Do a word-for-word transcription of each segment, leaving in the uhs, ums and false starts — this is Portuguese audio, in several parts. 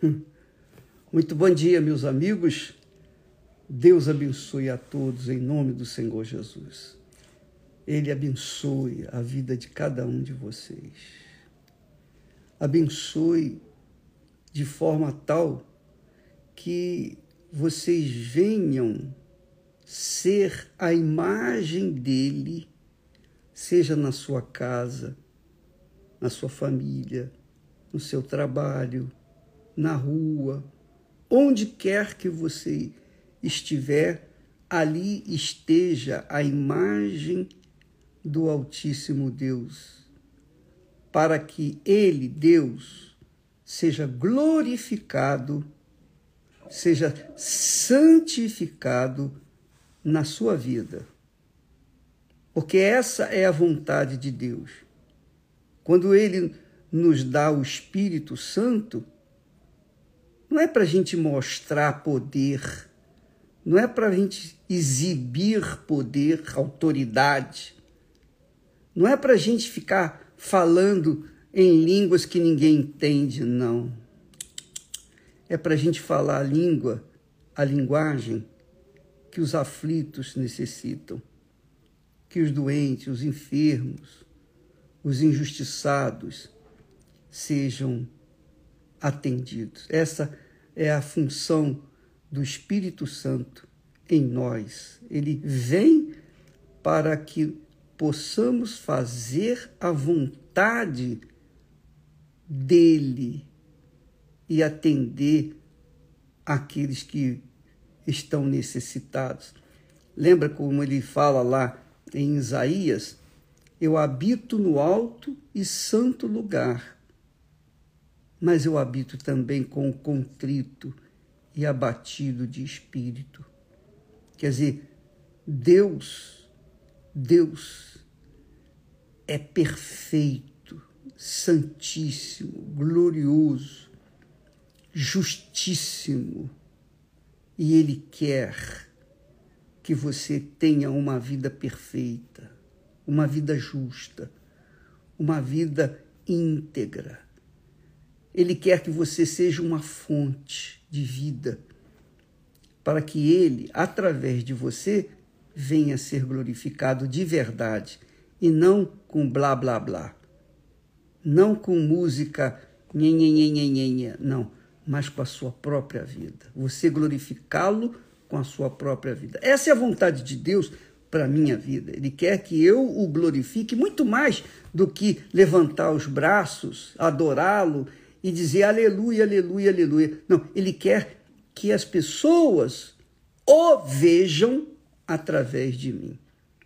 Muito bom dia, meus amigos. Deus abençoe a todos em nome do Senhor Jesus. Ele abençoe a vida de cada um de vocês. Abençoe de forma tal que vocês venham ser a imagem dele, seja na sua casa, na sua família, no seu trabalho, na rua, onde quer que você estiver, ali esteja a imagem do Altíssimo Deus, para que ele, Deus, seja glorificado, seja santificado na sua vida. Porque essa é a vontade de Deus. Quando ele nos dá o Espírito Santo, não é para a gente mostrar poder, não é para a gente exibir poder, autoridade, não é para a gente ficar falando em línguas que ninguém entende, não. É para a gente falar a língua, a linguagem que os aflitos necessitam, que os doentes, os enfermos, os injustiçados sejam atendidos. Essa é a função do Espírito Santo em nós. Ele vem para que possamos fazer a vontade dele e atender aqueles que estão necessitados. Lembra como ele fala lá em Isaías? Eu habito no alto e santo lugar, mas eu habito também com o contrito e abatido de espírito. Quer dizer, Deus, Deus é perfeito, santíssimo, glorioso, justíssimo, e Ele quer que você tenha uma vida perfeita, uma vida justa, uma vida íntegra. Ele quer que você seja uma fonte de vida, para que Ele, através de você, venha a ser glorificado de verdade, e não com blá, blá, blá. Não com música, nhe, nhe, nhe, nhe, nhe, nhe, não, mas com a sua própria vida. Você glorificá-lo com a sua própria vida. Essa é a vontade de Deus para a minha vida. Ele quer que eu o glorifique muito mais do que levantar os braços, adorá-lo e dizer aleluia, aleluia, aleluia. Não, ele quer que as pessoas o vejam através de mim.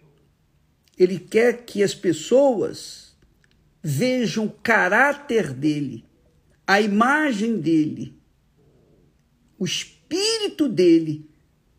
Ele quer que as pessoas vejam o caráter dele, a imagem dele, o espírito dele,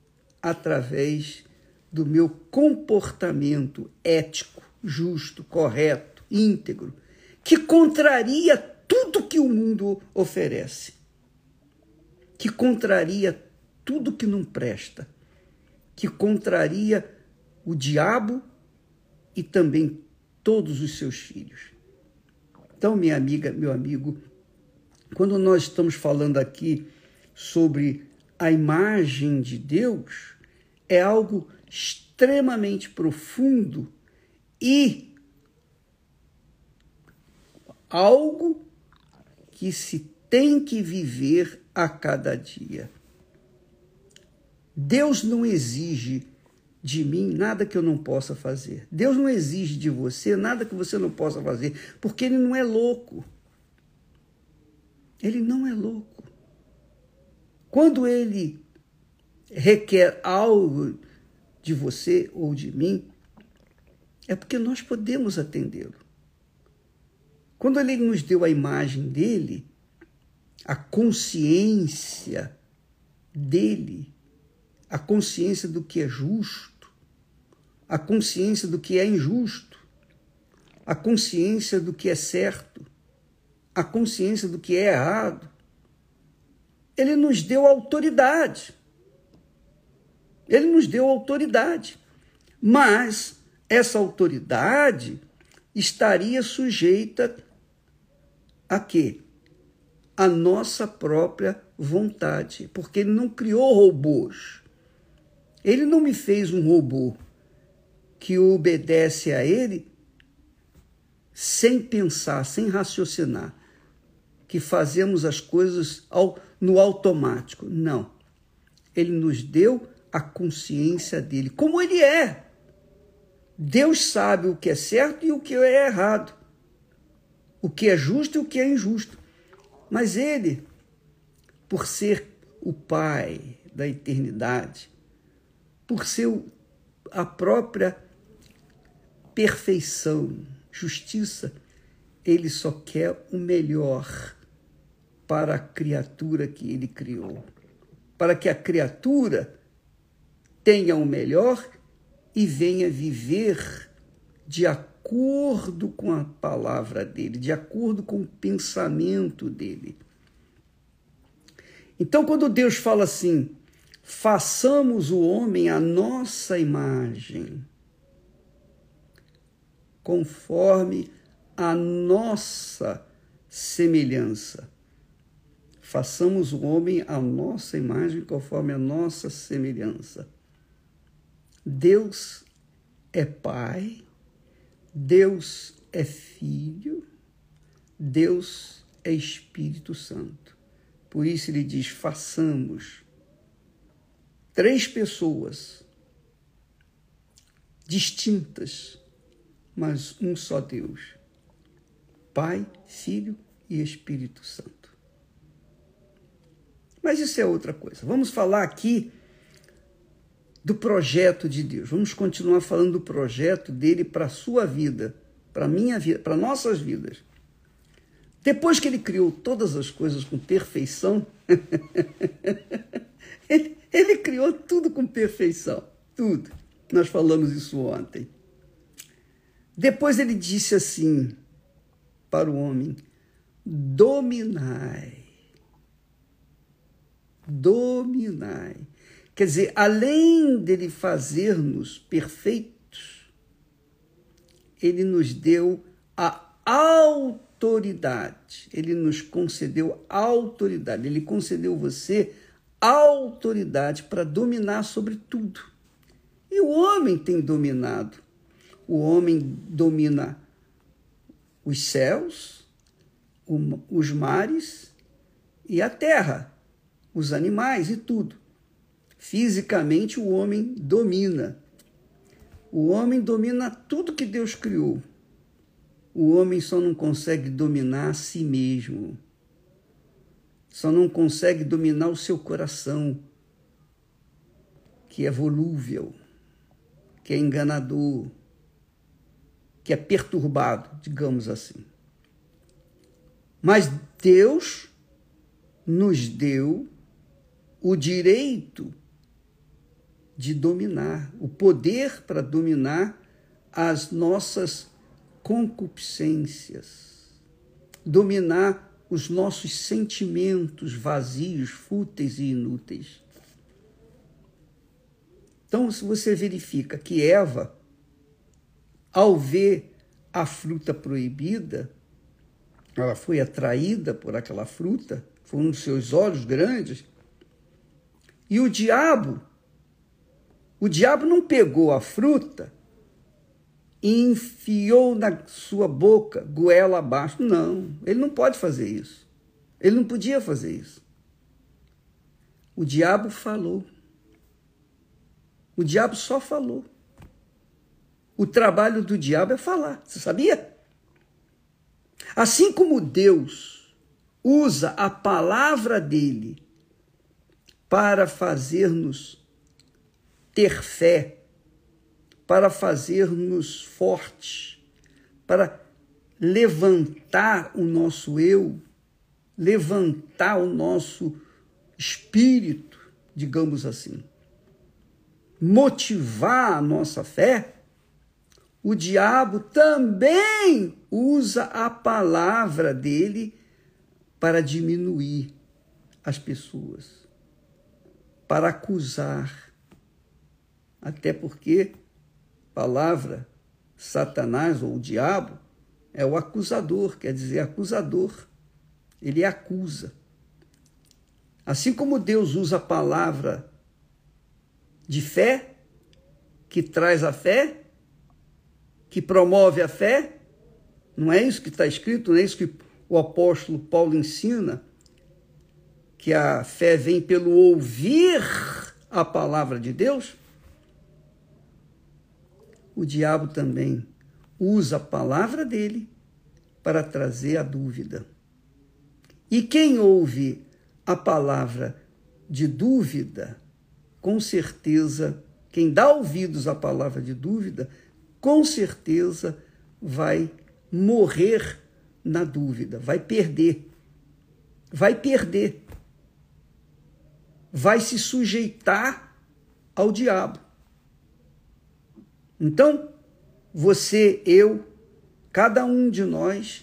através do meu comportamento ético, justo, correto, íntegro, que contraria tudo que o mundo oferece, que contraria tudo que não presta, que contraria o diabo e também todos os seus filhos. Então, minha amiga, meu amigo, quando nós estamos falando aqui sobre a imagem de Deus, é algo extremamente profundo e algo que se tem que viver a cada dia. Deus não exige de mim nada que eu não possa fazer. Deus não exige de você nada que você não possa fazer, porque Ele não é louco. Ele não é louco. Quando Ele requer algo de você ou de mim, é porque nós podemos atendê-lo. Quando Ele nos deu a imagem dele, a consciência dele, a consciência do que é justo, a consciência do que é injusto, a consciência do que é certo, a consciência do que é errado. Ele nos deu autoridade. Ele nos deu autoridade. Mas essa autoridade estaria sujeita a quê? a nossa própria vontade, porque ele não criou robôs. Ele não me fez um robô que obedece a ele sem pensar, sem raciocinar, que fazemos as coisas ao, no automático. Não. Ele nos deu a consciência dele, como ele é. Deus sabe o que é certo e o que é errado, o que é justo e o que é injusto. Mas ele, por ser o Pai da eternidade, por ser a própria perfeição, justiça, ele só quer o melhor para a criatura que ele criou. Para que a criatura tenha o melhor e venha viver de acordo com a palavra dele, de acordo com o pensamento dele. Então, quando Deus fala assim, façamos o homem à nossa imagem, conforme a nossa semelhança. Façamos o homem à nossa imagem, conforme a nossa semelhança. Deus é Pai, Deus é Filho, Deus é Espírito Santo. Por isso ele diz, façamos. Três pessoas distintas, mas um só Deus. Pai, Filho e Espírito Santo. Mas isso é outra coisa. Vamos falar aqui do projeto de Deus. Vamos continuar falando do projeto dele para a sua vida, para a minha vida, para nossas vidas. Depois que ele criou todas as coisas com perfeição, ele, ele criou tudo com perfeição, tudo. Nós falamos isso ontem. Depois ele disse assim para o homem, dominai. Dominai. Quer dizer, além dele fazer-nos perfeitos, ele nos deu a autoridade. Ele nos concedeu autoridade. Ele concedeu você autoridade para dominar sobre tudo. E o homem tem dominado. O homem domina os céus, os mares e a terra, os animais e tudo. Fisicamente, o homem domina. O homem domina tudo que Deus criou. O homem só não consegue dominar a si mesmo. Só não consegue dominar o seu coração, que é volúvel, que é enganador, que é perturbado, digamos assim. Mas Deus nos deu o direito de dominar, o poder para dominar as nossas concupiscências, dominar os nossos sentimentos vazios, fúteis e inúteis. Então, se você verifica que Eva, ao ver a fruta proibida, ela foi atraída por aquela fruta, foi um dos seus olhos grandes, e o diabo, o diabo não pegou a fruta e enfiou na sua boca, goela abaixo. Não, ele não pode fazer isso. Ele não podia fazer isso. O diabo falou. O diabo só falou. O trabalho do diabo é falar. Você sabia? Assim como Deus usa a palavra dele para fazer-nos ter fé, para fazer-nos fortes, para levantar o nosso eu, levantar o nosso espírito, digamos assim, motivar a nossa fé, o diabo também usa a palavra dele para diminuir as pessoas, para acusar. Até porque a palavra Satanás ou o diabo é o acusador, quer dizer, acusador. ele acusa. Assim como Deus usa a palavra de fé, que traz a fé, que promove a fé, não é isso que está escrito, não é isso que o apóstolo Paulo ensina, que a fé vem pelo ouvir a palavra de Deus? O diabo também usa a palavra dele para trazer a dúvida. E quem ouve a palavra de dúvida, com certeza, quem dá ouvidos à palavra de dúvida, com certeza vai morrer na dúvida, vai perder, vai perder, vai se sujeitar ao diabo. Então, você, eu, cada um de nós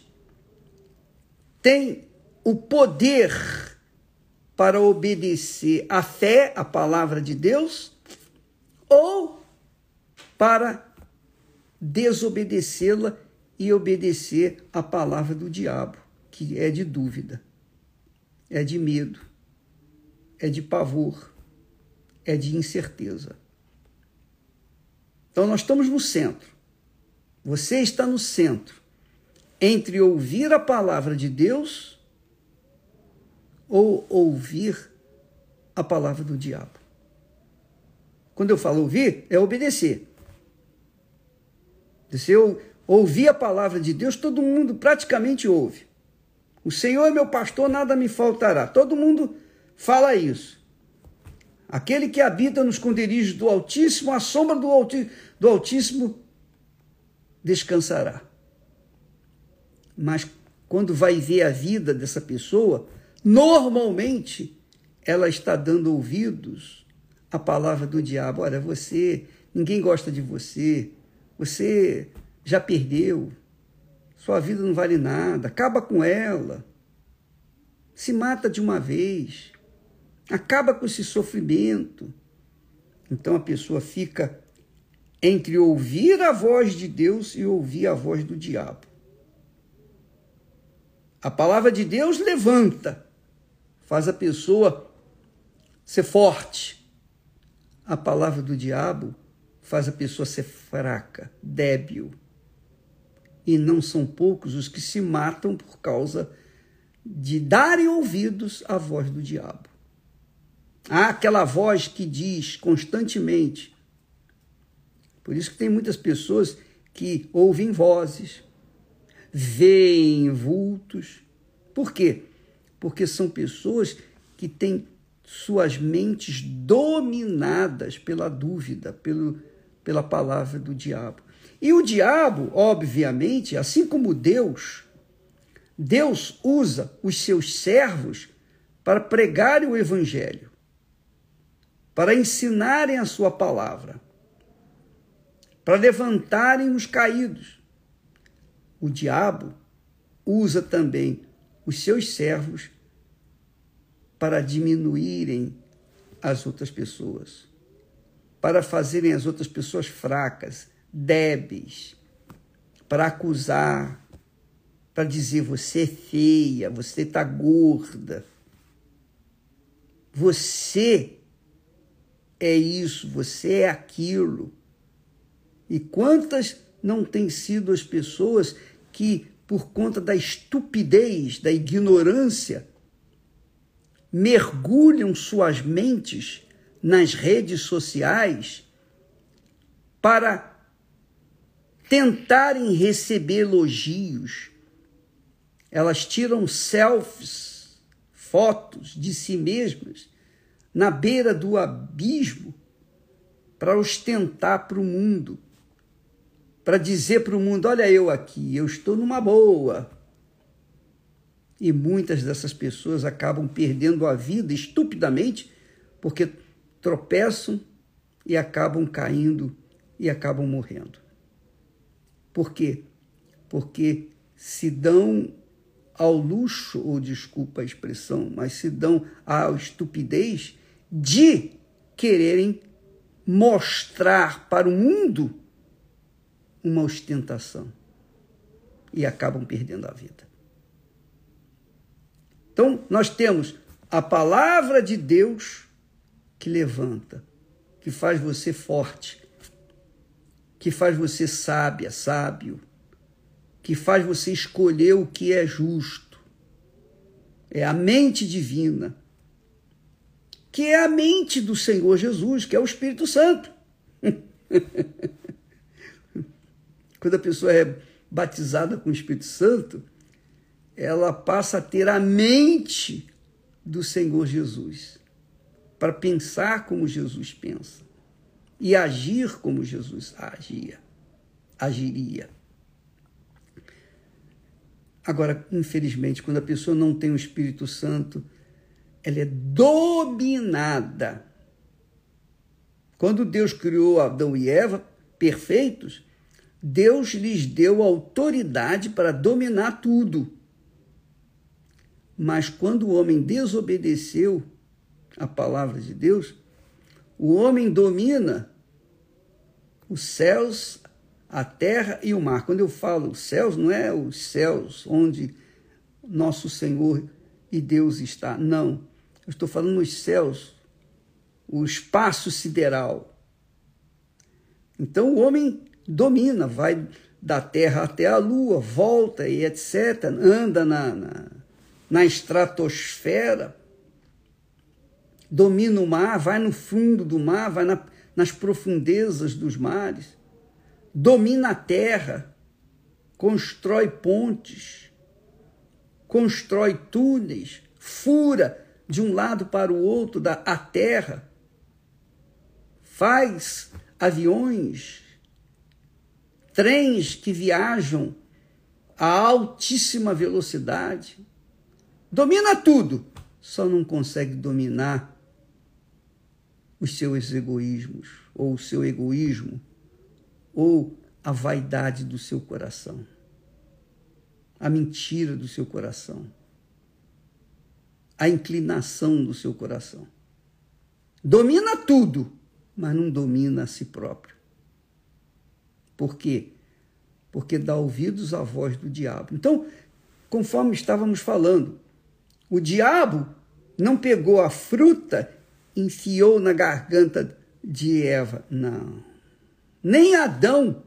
tem o poder para obedecer à fé, à palavra de Deus, ou para desobedecê-la e obedecer à palavra do diabo, que é de dúvida, é de medo, é de pavor, é de incerteza. Então, nós estamos no centro. Você está no centro entre ouvir a palavra de Deus ou ouvir a palavra do diabo. Quando eu falo ouvir, é obedecer. Se eu ouvir a palavra de Deus, todo mundo praticamente ouve. O Senhor é meu pastor, nada me faltará. Todo mundo fala isso. Aquele que habita nos esconderijos do Altíssimo, à sombra do Altíssimo, do Altíssimo descansará. Mas quando vai ver a vida dessa pessoa, normalmente ela está dando ouvidos à palavra do diabo. Olha, você, ninguém gosta de você, você já perdeu, sua vida não vale nada, acaba com ela, se mata de uma vez, acaba com esse sofrimento. Então a pessoa fica entre ouvir a voz de Deus e ouvir a voz do diabo. A palavra de Deus levanta, faz a pessoa ser forte. A palavra do diabo faz a pessoa ser fraca, débil. E não são poucos os que se matam por causa de darem ouvidos à voz do diabo. Há aquela voz que diz constantemente. Por isso que tem muitas pessoas que ouvem vozes, veem vultos. Por quê? Porque são pessoas que têm suas mentes dominadas pela dúvida, pelo, pela palavra do diabo. E o diabo, obviamente, assim como Deus, Deus usa os seus servos para pregarem o evangelho, para ensinarem a sua palavra, para levantarem os caídos. O diabo usa também os seus servos para diminuírem as outras pessoas, para fazerem as outras pessoas fracas, débeis, para acusar, para dizer você é feia, você está gorda, você é isso, você é aquilo. E quantas não têm sido as pessoas que, por conta da estupidez, da ignorância, mergulham suas mentes nas redes sociais para tentarem receber elogios. Elas tiram selfies, fotos de si mesmas, na beira do abismo, para ostentar para o mundo, para dizer para o mundo, olha eu aqui, eu estou numa boa. E muitas dessas pessoas acabam perdendo a vida estupidamente, porque tropeçam e acabam caindo e acabam morrendo. Por quê? Porque se dão ao luxo, ou desculpa a expressão, mas se dão à estupidez de quererem mostrar para o mundo uma ostentação e acabam perdendo a vida. Então, nós temos a palavra de Deus que levanta, que faz você forte, que faz você sábia, sábio, que faz você escolher o que é justo. É a mente divina, que é a mente do Senhor Jesus, que é o Espírito Santo. Quando a pessoa é batizada com o Espírito Santo, ela passa a ter a mente do Senhor Jesus, para pensar como Jesus pensa e agir como Jesus agia, agiria. Agora, infelizmente, quando a pessoa não tem o Espírito Santo, ela é dominada. Quando Deus criou Adão e Eva perfeitos, Deus lhes deu autoridade para dominar tudo. Mas quando o homem desobedeceu a palavra de Deus, o homem domina os céus, a terra e o mar. Quando eu falo céus, não é os céus onde nosso Senhor e Deus está. Não, eu estou falando nos céus, o espaço sideral. Então o homem domina, vai da terra até a lua, volta e etcétera, anda na, na, na estratosfera, domina o mar, vai no fundo do mar, vai na, nas profundezas dos mares, domina a terra, constrói pontes, constrói túneis, fura de um lado para o outro da a terra, faz aviões, trens que viajam a altíssima velocidade, domina tudo, só não consegue dominar os seus egoísmos, ou o seu egoísmo, ou a vaidade do seu coração, a mentira do seu coração, a inclinação do seu coração. Domina tudo, mas não domina a si próprio. Por quê? Porque dá ouvidos à voz do diabo. Então, conforme estávamos falando, o diabo não pegou a fruta e enfiou na garganta de Eva, não. Nem Adão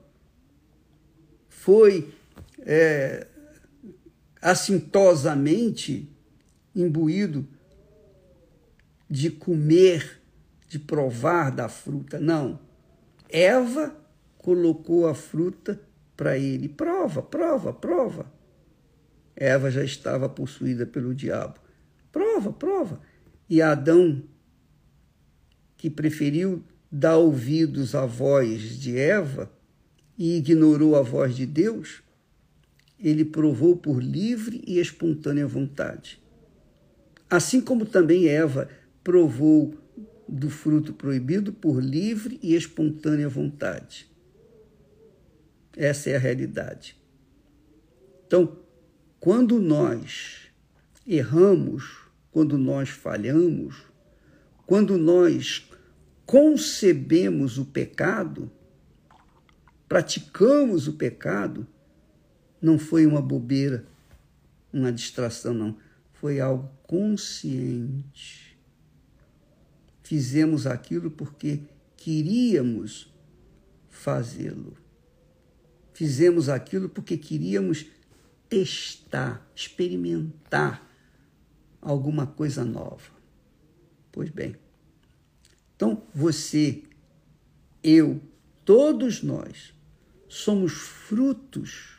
foi é, assintosamente imbuído de comer, de provar da fruta, não. Eva colocou a fruta para ele. Prova, prova, prova. Eva já estava possuída pelo diabo. Prova, prova. E Adão, que preferiu dar ouvidos à voz de Eva e ignorou a voz de Deus, ele provou por livre e espontânea vontade. Assim como também Eva provou do fruto proibido por livre e espontânea vontade. Essa é a realidade. Então, quando nós erramos, quando nós falhamos, quando nós concebemos o pecado, praticamos o pecado, não foi uma bobeira, uma distração, não. Foi algo consciente. Fizemos aquilo porque queríamos fazê-lo. Fizemos aquilo porque queríamos testar, experimentar alguma coisa nova. Pois bem, então você, eu, todos nós somos frutos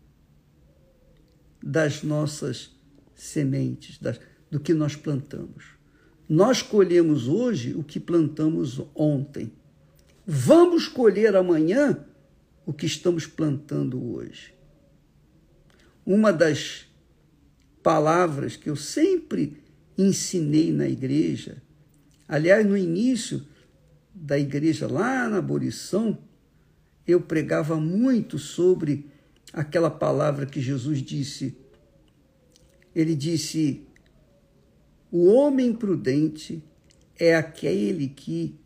das nossas sementes, das, do que nós plantamos. Nós colhemos hoje o que plantamos ontem. Vamos colher amanhã o que estamos plantando hoje. Uma das palavras que eu sempre ensinei na igreja, aliás, no início da igreja, lá na abolição, eu pregava muito sobre aquela palavra que Jesus disse. Ele disse: o homem prudente é aquele que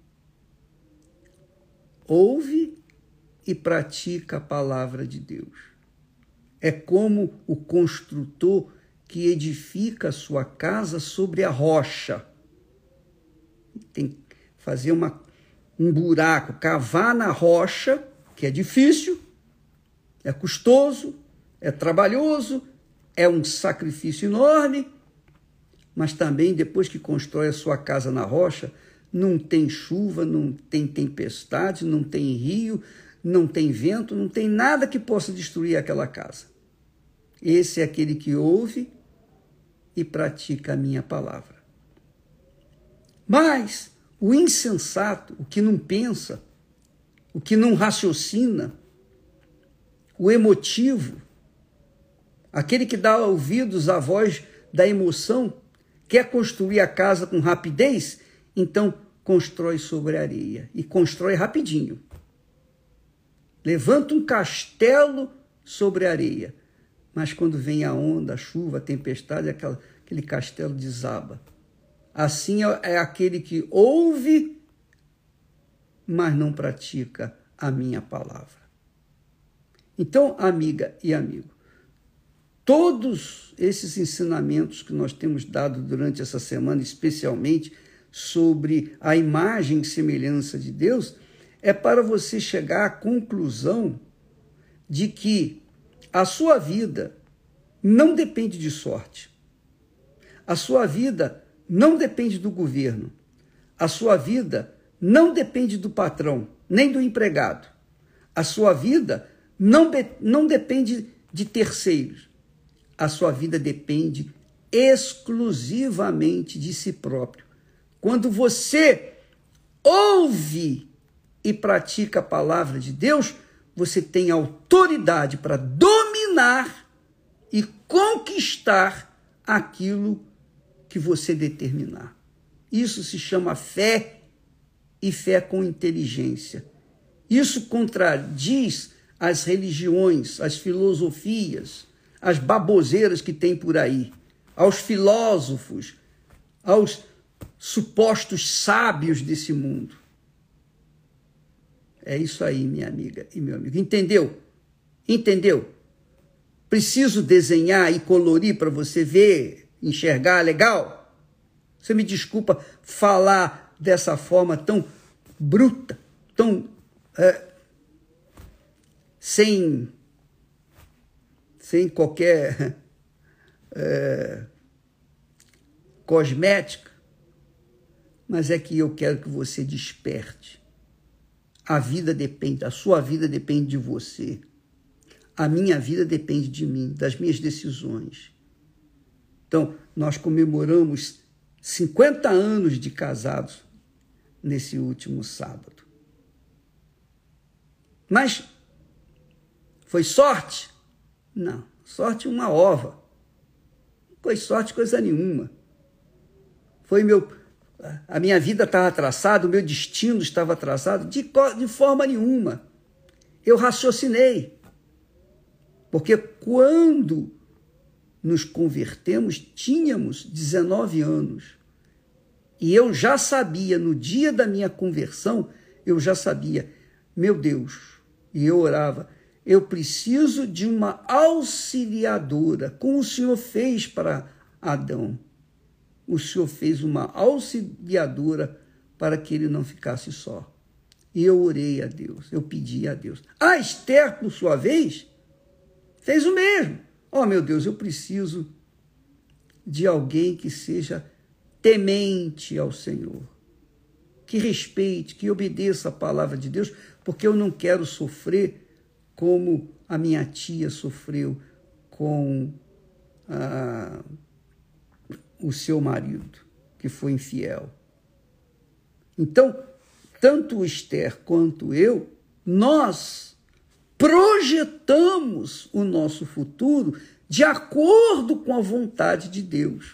ouve e pratica a palavra de Deus. É como o construtor que edifica a sua casa sobre a rocha. Tem que fazer uma, um buraco, cavar na rocha, que é difícil, é custoso, é trabalhoso, é um sacrifício enorme, mas também depois que constrói a sua casa na rocha, não tem chuva, não tem tempestade, não tem rio, não tem vento, não tem nada que possa destruir aquela casa. Esse é aquele que ouve e pratica a minha palavra. Mas o insensato, o que não pensa, o que não raciocina, o emotivo, aquele que dá ouvidos à voz da emoção, quer construir a casa com rapidez, então constrói sobre a areia e constrói rapidinho. Levanta um castelo sobre a areia, mas quando vem a onda, a chuva, a tempestade, aquela, aquele castelo desaba. Assim é aquele que ouve, mas não pratica a minha palavra. Então, amiga e amigo, todos esses ensinamentos que nós temos dado durante essa semana, especialmente sobre a imagem e semelhança de Deus, é para você chegar à conclusão de que a sua vida não depende de sorte. A sua vida não depende do governo. A sua vida não depende do patrão, nem do empregado. A sua vida não, não depende de terceiros. A sua vida depende exclusivamente de si próprio. Quando você ouve e pratica a palavra de Deus, você tem autoridade para dominar e conquistar aquilo que você determinar. Isso se chama fé e fé com inteligência. Isso contradiz as religiões, as filosofias, as baboseiras que tem por aí, aos filósofos, aos supostos sábios desse mundo. É isso aí, minha amiga e meu amigo. Entendeu? Entendeu? Preciso desenhar e colorir para você ver, enxergar legal? Você me desculpa falar dessa forma tão bruta, tão é, sem, sem qualquer é, cosmética, mas é que eu quero que você desperte. A vida depende, a sua vida depende de você. A minha vida depende de mim, das minhas decisões. Então, nós comemoramos cinquenta anos de casados nesse último sábado. Mas foi sorte? Não, sorte uma ova. Não foi sorte coisa nenhuma. Foi meu... A minha vida estava traçada, o meu destino estava traçado de, de forma nenhuma. Eu raciocinei. Porque quando nos convertemos, tínhamos dezenove anos. E eu já sabia, no dia da minha conversão, eu já sabia, meu Deus, e eu orava, eu preciso de uma auxiliadora, como o Senhor fez para Adão. O Senhor fez uma auxiliadora para que ele não ficasse só. E eu orei a Deus, eu pedi a Deus. A Esther, por sua vez, fez o mesmo. Oh, meu Deus, eu preciso de alguém que seja temente ao Senhor, que respeite, que obedeça a palavra de Deus, porque eu não quero sofrer como a minha tia sofreu com a... o seu marido, que foi infiel. Então, tanto Esther quanto eu, nós projetamos o nosso futuro de acordo com a vontade de Deus.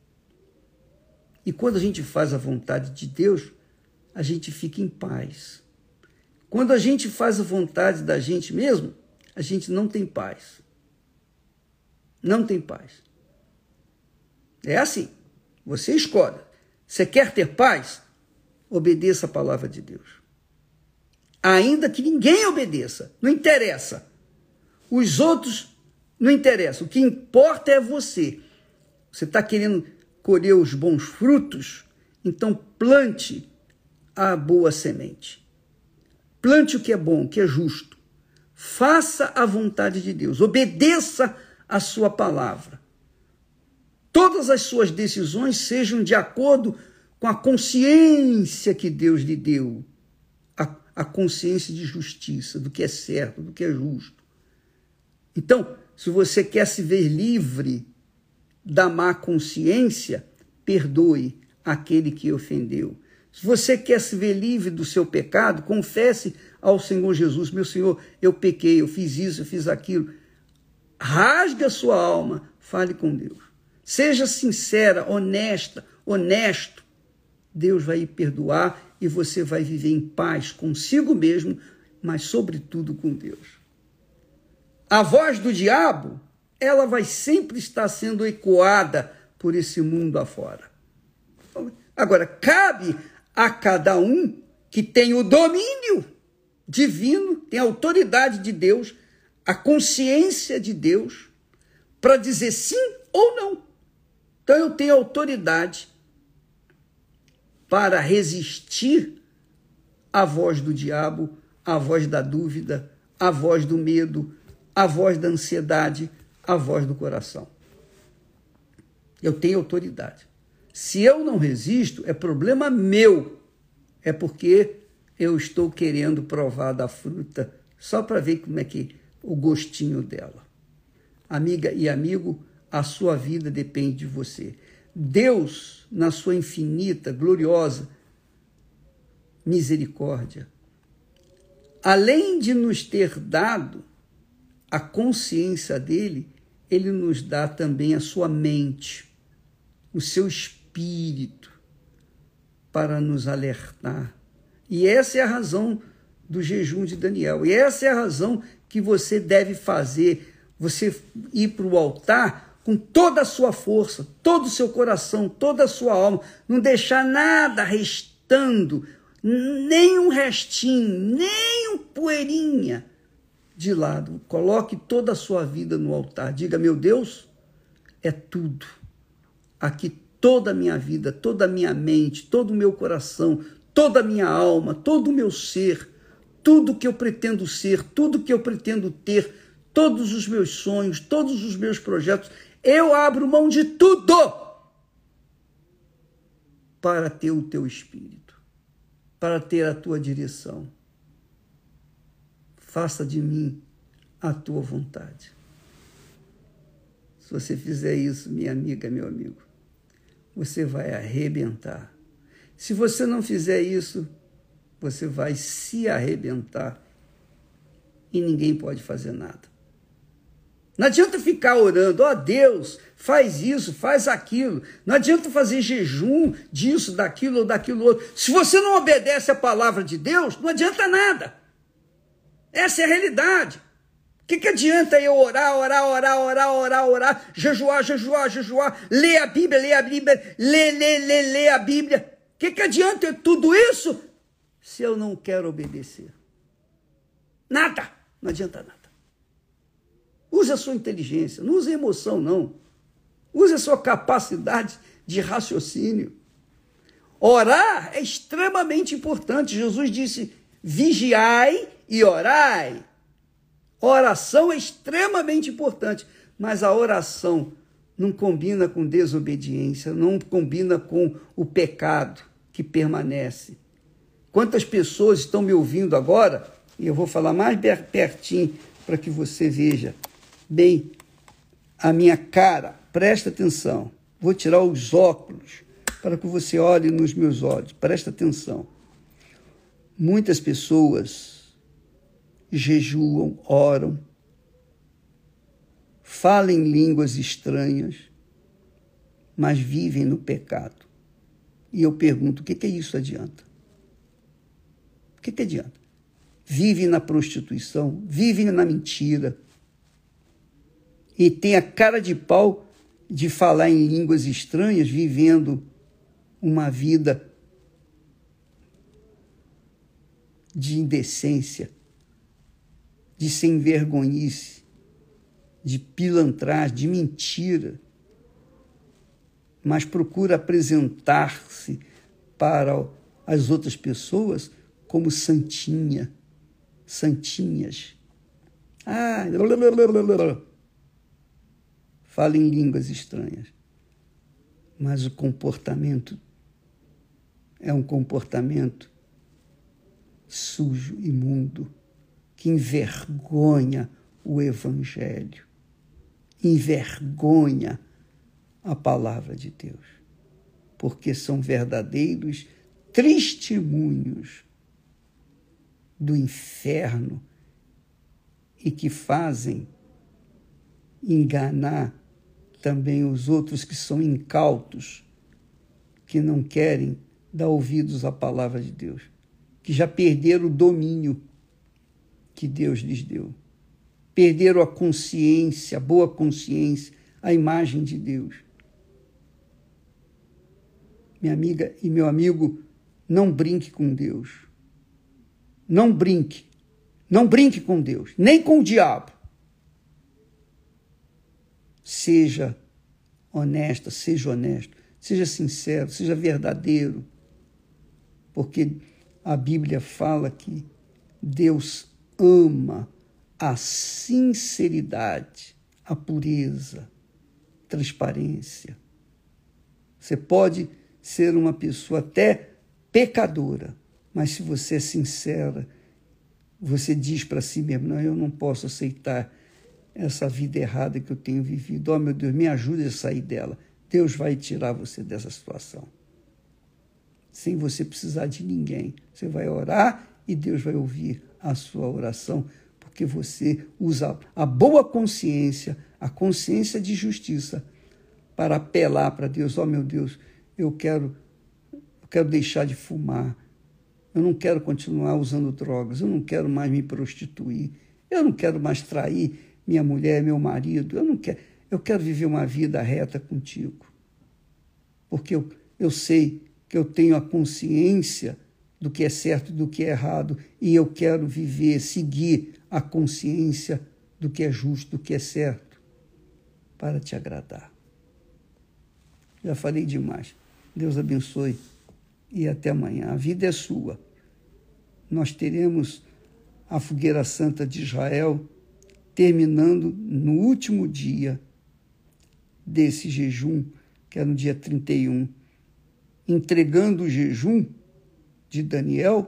E quando a gente faz a vontade de Deus, a gente fica em paz. Quando a gente faz a vontade da gente mesmo, a gente não tem paz. Não tem paz. É assim, você escolhe. Você quer ter paz? Obedeça a palavra de Deus. Ainda que ninguém obedeça, não interessa. Os outros não interessam. O que importa é você. Você está querendo colher os bons frutos? Então plante a boa semente. Plante o que é bom, o que é justo. Faça a vontade de Deus. Obedeça a sua palavra. Todas as suas decisões sejam de acordo com a consciência que Deus lhe deu. A, a consciência de justiça, do que é certo, do que é justo. Então, se você quer se ver livre da má consciência, perdoe aquele que ofendeu. Se você quer se ver livre do seu pecado, confesse ao Senhor Jesus: meu Senhor, eu pequei, eu fiz isso, eu fiz aquilo. Rasgue a sua alma, fale com Deus. Seja sincera, honesta, honesto. Deus vai lhe perdoar e você vai viver em paz consigo mesmo, mas sobretudo com Deus. A voz do diabo, ela vai sempre estar sendo ecoada por esse mundo afora. Agora, cabe a cada um que tem o domínio divino, tem a autoridade de Deus, a consciência de Deus, para dizer sim ou não. Então eu tenho autoridade para resistir à voz do diabo, à voz da dúvida, à voz do medo, à voz da ansiedade, à voz do coração. Eu tenho autoridade. Se eu não resisto, é problema meu. É porque eu estou querendo provar da fruta só para ver como é que o gostinho dela. Amiga e amigo, a sua vida depende de você. Deus, na sua infinita, gloriosa misericórdia, além de nos ter dado a consciência dele, ele nos dá também a sua mente, o seu espírito, para nos alertar. E essa é a razão do jejum de Daniel. E essa é a razão que você deve fazer, você ir para o altar com toda a sua força, todo o seu coração, toda a sua alma, não deixar nada restando, nem um restinho, nem um poeirinha de lado. Coloque toda a sua vida no altar. Diga: meu Deus, é tudo. Aqui toda a minha vida, toda a minha mente, todo o meu coração, toda a minha alma, todo o meu ser, tudo que eu pretendo ser, tudo que eu pretendo ter, todos os meus sonhos, todos os meus projetos, eu abro mão de tudo para ter o teu espírito, para ter a tua direção. Faça de mim a tua vontade. Se você fizer isso, minha amiga, meu amigo, você vai arrebentar. Se você não fizer isso, você vai se arrebentar e ninguém pode fazer nada. Não adianta ficar orando: ó Deus, faz isso, faz aquilo. Não adianta fazer jejum disso, daquilo ou daquilo outro. Se você não obedece a palavra de Deus, não adianta nada. Essa é a realidade. O que, que adianta eu orar, orar, orar, orar, orar, orar, jejuar, jejuar, jejuar, ler a Bíblia, ler a Bíblia, ler, ler, ler, ler a Bíblia? O que, que adianta tudo isso se eu não quero obedecer? Nada, não adianta nada. Use a sua inteligência, não use a emoção, não. Use a sua capacidade de raciocínio. Orar é extremamente importante. Jesus disse: vigiai e orai. Oração é extremamente importante, mas a oração não combina com desobediência, não combina com o pecado que permanece. Quantas pessoas estão me ouvindo agora, e eu vou falar mais pertinho para que você veja bem a minha cara, presta atenção, vou tirar os óculos para que você olhe nos meus olhos, presta atenção. Muitas pessoas jejuam, oram, falam em línguas estranhas, mas vivem no pecado. E eu pergunto: o que que isso adianta? O que que adianta? Vivem na prostituição, vivem na mentira, e tem a cara de pau de falar em línguas estranhas, vivendo uma vida de indecência, de sem vergonhice, de pilantragem, de mentira. mas procura apresentar-se para as outras pessoas como santinha, santinhas. Ah, fala em línguas estranhas. Mas o comportamento é um comportamento sujo, imundo, que envergonha o Evangelho, envergonha a palavra de Deus, porque são verdadeiros testemunhos do inferno e que fazem enganar também os outros que são incautos, que não querem dar ouvidos à palavra de Deus, que já perderam o domínio que Deus lhes deu. Perderam a consciência, a boa consciência, a imagem de Deus. Minha amiga e meu amigo, não brinque com Deus. Não brinque. Não brinque com Deus, nem com o diabo. Seja honesta, seja honesto, seja sincero, seja verdadeiro, porque a Bíblia fala que Deus ama a sinceridade, a pureza, a transparência. Você pode ser uma pessoa até pecadora, mas se você é sincera, você diz para si mesmo, não, eu não posso aceitar essa vida errada que eu tenho vivido. Oh, meu Deus, me ajude a sair dela. Deus vai tirar você dessa situação. Sem você precisar de ninguém. Você vai orar e Deus vai ouvir a sua oração, porque você usa a boa consciência, a consciência de justiça, para apelar para Deus. Oh, meu Deus, eu quero, eu quero deixar de fumar. Eu não quero continuar usando drogas. Eu não quero mais me prostituir. Eu não quero mais trair minha mulher, meu marido, eu não quero, eu quero viver uma vida reta contigo, porque eu, eu sei que eu tenho a consciência do que é certo e do que é errado, e eu quero viver, seguir a consciência do que é justo, do que é certo, para te agradar. Já falei demais. Deus abençoe e até amanhã. A vida é sua. Nós teremos a Fogueira Santa de Israel terminando no último dia desse jejum, que é no dia trinta e um, entregando o jejum de Daniel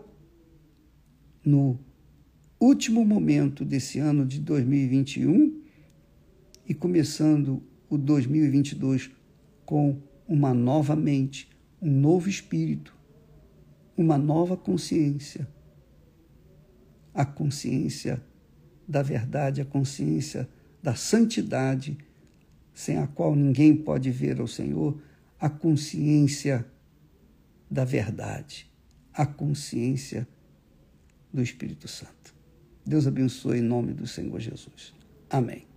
no último momento desse ano de dois mil e vinte e um e começando o dois mil e vinte e dois com uma nova mente, um novo espírito, uma nova consciência, a consciência da verdade, a consciência da santidade, sem a qual ninguém pode ver ao Senhor, a consciência da verdade, a consciência do Espírito Santo. Deus abençoe em nome do Senhor Jesus. Amém.